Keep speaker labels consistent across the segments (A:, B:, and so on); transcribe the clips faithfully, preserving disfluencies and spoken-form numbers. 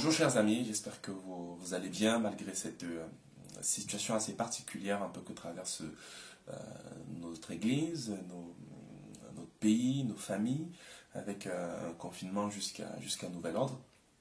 A: Bonjour chers amis, j'espère que vous, vous allez bien malgré cette euh, situation assez particulière un peu que traverse euh, notre église, nos, notre pays, nos familles, avec euh, un confinement jusqu'à jusqu'à nouvel ordre.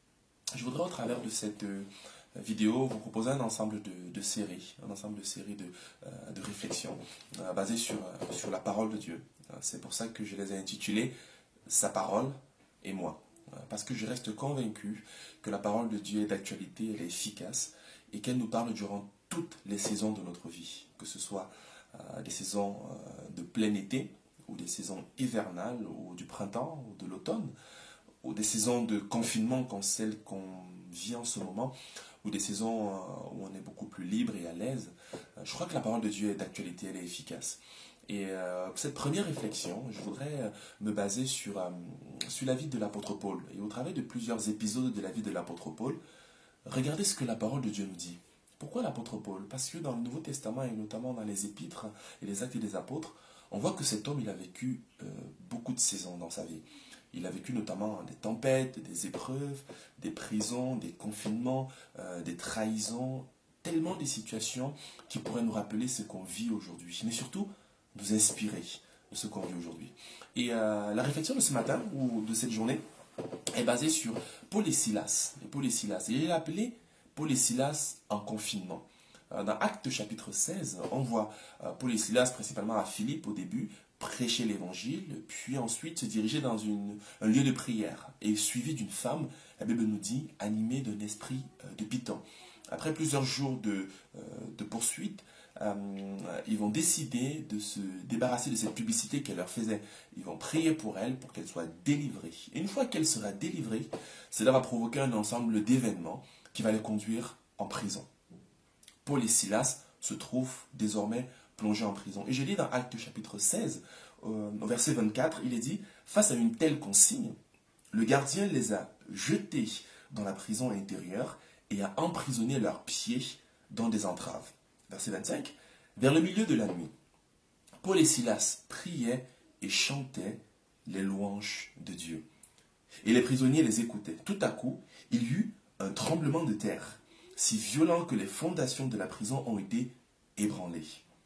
A: Je voudrais au travers de cette euh, vidéo vous proposer un ensemble de, de séries, un ensemble de séries de, euh, de réflexions euh, basées sur, euh, sur la parole de Dieu. C'est pour ça que je les ai intitulées Sa parole et moi. Parce que je reste convaincu que la parole de Dieu est d'actualité, elle est efficace et qu'elle nous parle durant toutes les saisons de notre vie, que ce soit euh, des saisons euh, de plein été ou des saisons hivernales ou du printemps ou de l'automne ou des saisons de confinement comme celles qu'on vit en ce moment ou des saisons euh, où on est beaucoup plus libre et à l'aise. Euh, je crois que la parole de Dieu est d'actualité, elle est efficace. Et euh, pour cette première réflexion, je voudrais me baser sur, euh, sur la vie de l'apôtre Paul. Et au travers de plusieurs épisodes de la vie de l'apôtre Paul, regardez ce que la parole de Dieu nous dit. Pourquoi l'apôtre Paul? Parce que dans le Nouveau Testament et notamment dans les épîtres et les actes des apôtres, on voit que cet homme il a vécu euh, beaucoup de saisons dans sa vie. Il a vécu notamment des tempêtes, des épreuves, des prisons, des confinements, euh, des trahisons, tellement de situations qui pourraient nous rappeler ce qu'on vit aujourd'hui. Mais surtout, nous inspirer de ce qu'on vit aujourd'hui. Et euh, la réflexion de ce matin, ou de cette journée, est basée sur Paul et Silas. Et Paul et Silas. Et il est appelé Paul et Silas en confinement. Euh, dans Actes chapitre seize, on voit euh, Paul et Silas, principalement à Philippe au début, prêcher l'évangile, puis ensuite se diriger dans une, un lieu de prière, et suivi d'une femme, la Bible nous dit, animée d'un esprit euh, de Python. Après plusieurs jours de, euh, de poursuite, euh, ils vont décider de se débarrasser de cette publicité qu'elle leur faisait. Ils vont prier pour elle, pour qu'elle soit délivrée. Et une fois qu'elle sera délivrée, cela va provoquer un ensemble d'événements qui va les conduire en prison. Paul et Silas se trouvent désormais plongés en prison. Et je lis dans Actes chapitre seize, euh, au verset vingt-quatre, il est dit, face à une telle consigne, le gardien les a jetés dans la prison intérieure et a emprisonné leurs pieds dans des entraves. Verset vingt-cinq. Vers le milieu de la nuit, Paul et Silas priaient et chantaient les louanges de Dieu. Et les prisonniers les écoutaient. Tout à coup, il y eut un tremblement de terre, si violent que les fondations de la prison ont été ébranlées.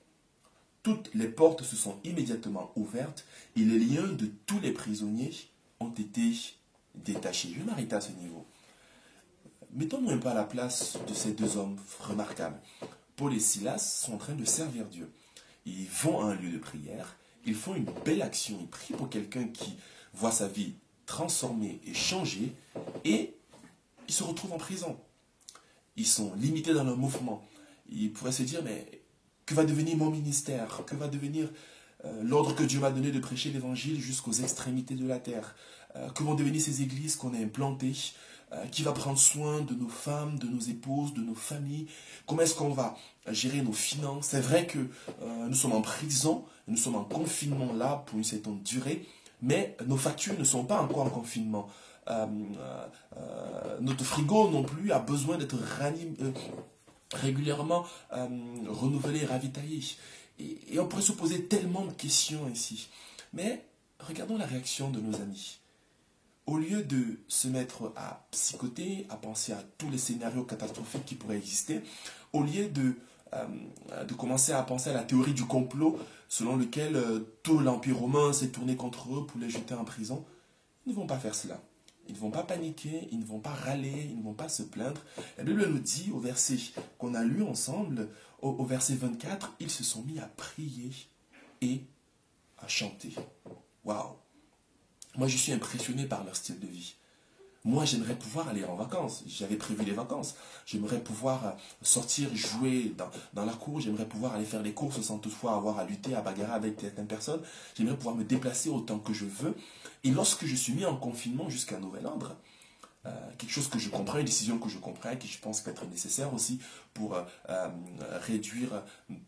A: Toutes les portes se sont immédiatement ouvertes et les liens de tous les prisonniers ont été détachés. Je vais m'arrêter à ce niveau. Mettons-nous un peu à la place de ces deux hommes remarquables. Paul et Silas sont en train de servir Dieu. Ils vont à un lieu de prière, ils font une belle action, ils prient pour quelqu'un qui voit sa vie transformée et changée, et ils se retrouvent en prison. Ils sont limités dans leur mouvement. Ils pourraient se dire, mais que va devenir mon ministère? Que va devenir euh, l'ordre que Dieu m'a donné de prêcher l'évangile jusqu'aux extrémités de la terre? euh, Que vont devenir ces églises qu'on a implantées? Qui va prendre soin de nos femmes, de nos épouses, de nos familles? Comment est-ce qu'on va gérer nos finances? C'est vrai que euh, nous sommes en prison, nous sommes en confinement là pour une certaine durée, mais nos factures ne sont pas encore en confinement. Euh, euh, notre frigo non plus a besoin d'être euh, régulièrement euh, renouvelé et ravitaillé. Et, et on pourrait se poser tellement de questions ici. Mais regardons la réaction de nos amis. Au lieu de se mettre à psychoter, à penser à tous les scénarios catastrophiques qui pourraient exister, au lieu de, euh, de commencer à penser à la théorie du complot selon lequel euh, tout l'Empire romain s'est tourné contre eux pour les jeter en prison, ils ne vont pas faire cela. Ils ne vont pas paniquer, ils ne vont pas râler, ils ne vont pas se plaindre. La Bible nous dit au verset qu'on a lu ensemble, au, au verset vingt-quatre, ils se sont mis à prier et à chanter. Waouh! Moi, je suis impressionné par leur style de vie. Moi, j'aimerais pouvoir aller en vacances. J'avais prévu des vacances. J'aimerais pouvoir sortir, jouer dans, dans la cour. J'aimerais pouvoir aller faire des courses sans toutefois avoir à lutter, à bagarrer avec certaines personnes. J'aimerais pouvoir me déplacer autant que je veux. Et lorsque je suis mis en confinement jusqu'à nouvel ordre, euh, quelque chose que je comprends, une décision que je comprends et qui je pense peut être nécessaire aussi pour euh, euh, réduire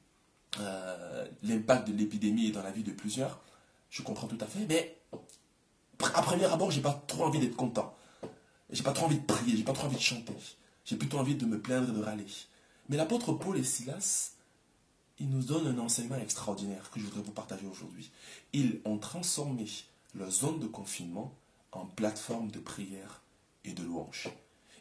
A: euh, l'impact de l'épidémie dans la vie de plusieurs, je comprends tout à fait, mais à premier abord, j'ai pas trop envie d'être content. J'ai pas trop envie de prier, j'ai pas trop envie de chanter. J'ai plutôt envie de me plaindre et de râler. Mais l'apôtre Paul et Silas, ils nous donnent un enseignement extraordinaire que je voudrais vous partager aujourd'hui. Ils ont transformé leur zone de confinement en plateforme de prière et de louange.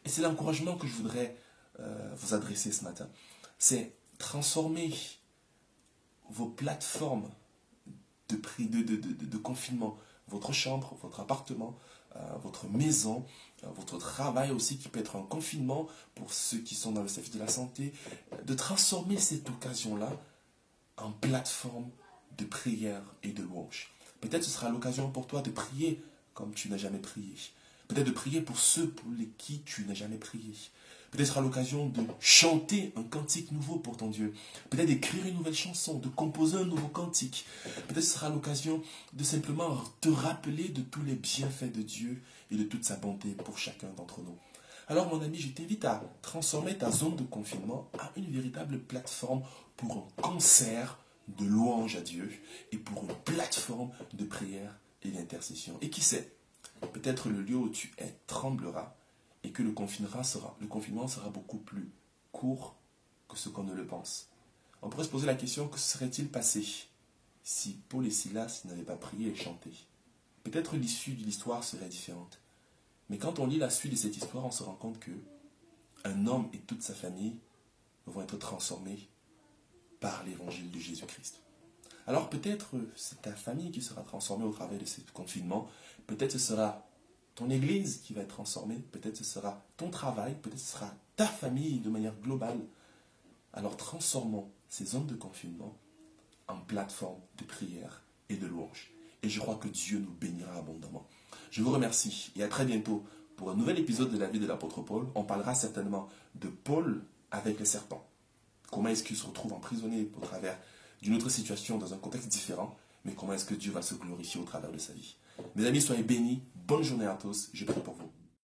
A: Et c'est l'encouragement que je voudrais euh, vous adresser ce matin. C'est transformer vos plateformes de, prix, de, de, de, de confinement, votre chambre, votre appartement, euh, votre maison, euh, votre travail aussi qui peut être un confinement pour ceux qui sont dans le service de la santé, de transformer cette occasion-là en plateforme de prière et de louange. Peut-être ce sera l'occasion pour toi de prier comme tu n'as jamais prié. Peut-être de prier pour ceux pour les qui tu n'as jamais prié. Peut-être ce sera l'occasion de chanter un cantique nouveau pour ton Dieu. Peut-être d'écrire une nouvelle chanson, de composer un nouveau cantique. Peut-être ce sera l'occasion de simplement te rappeler de tous les bienfaits de Dieu et de toute sa bonté pour chacun d'entre nous. Alors mon ami, je t'invite à transformer ta zone de confinement en une véritable plateforme pour un concert de louange à Dieu et pour une plateforme de prière et d'intercession. Et qui sait, peut-être le lieu où tu es tremblera et que le confinement sera, le confinement sera beaucoup plus court que ce qu'on ne le pense. On pourrait se poser la question, que serait-il passé si Paul et Silas n'avaient pas prié et chanté? Peut-être l'issue de l'histoire serait différente. Mais quand on lit la suite de cette histoire, on se rend compte que un homme et toute sa famille vont être transformés par l'évangile de Jésus-Christ. Alors peut-être c'est ta famille qui sera transformée au travers de ce confinement, peut-être ce sera ton église qui va être transformée, peut-être ce sera ton travail, peut-être ce sera ta famille de manière globale. Alors transformons ces zones de confinement en plateforme de prière et de louange. Et je crois que Dieu nous bénira abondamment. Je vous remercie et à très bientôt pour un nouvel épisode de la vie de l'apôtre Paul. On parlera certainement de Paul avec le serpent. Comment est-ce qu'il se retrouve emprisonné au travers d'une autre situation dans un contexte différent, mais comment est-ce que Dieu va se glorifier au travers de sa vie. Mes amis, soyez bénis. Bonne journée à tous. Je prie pour vous.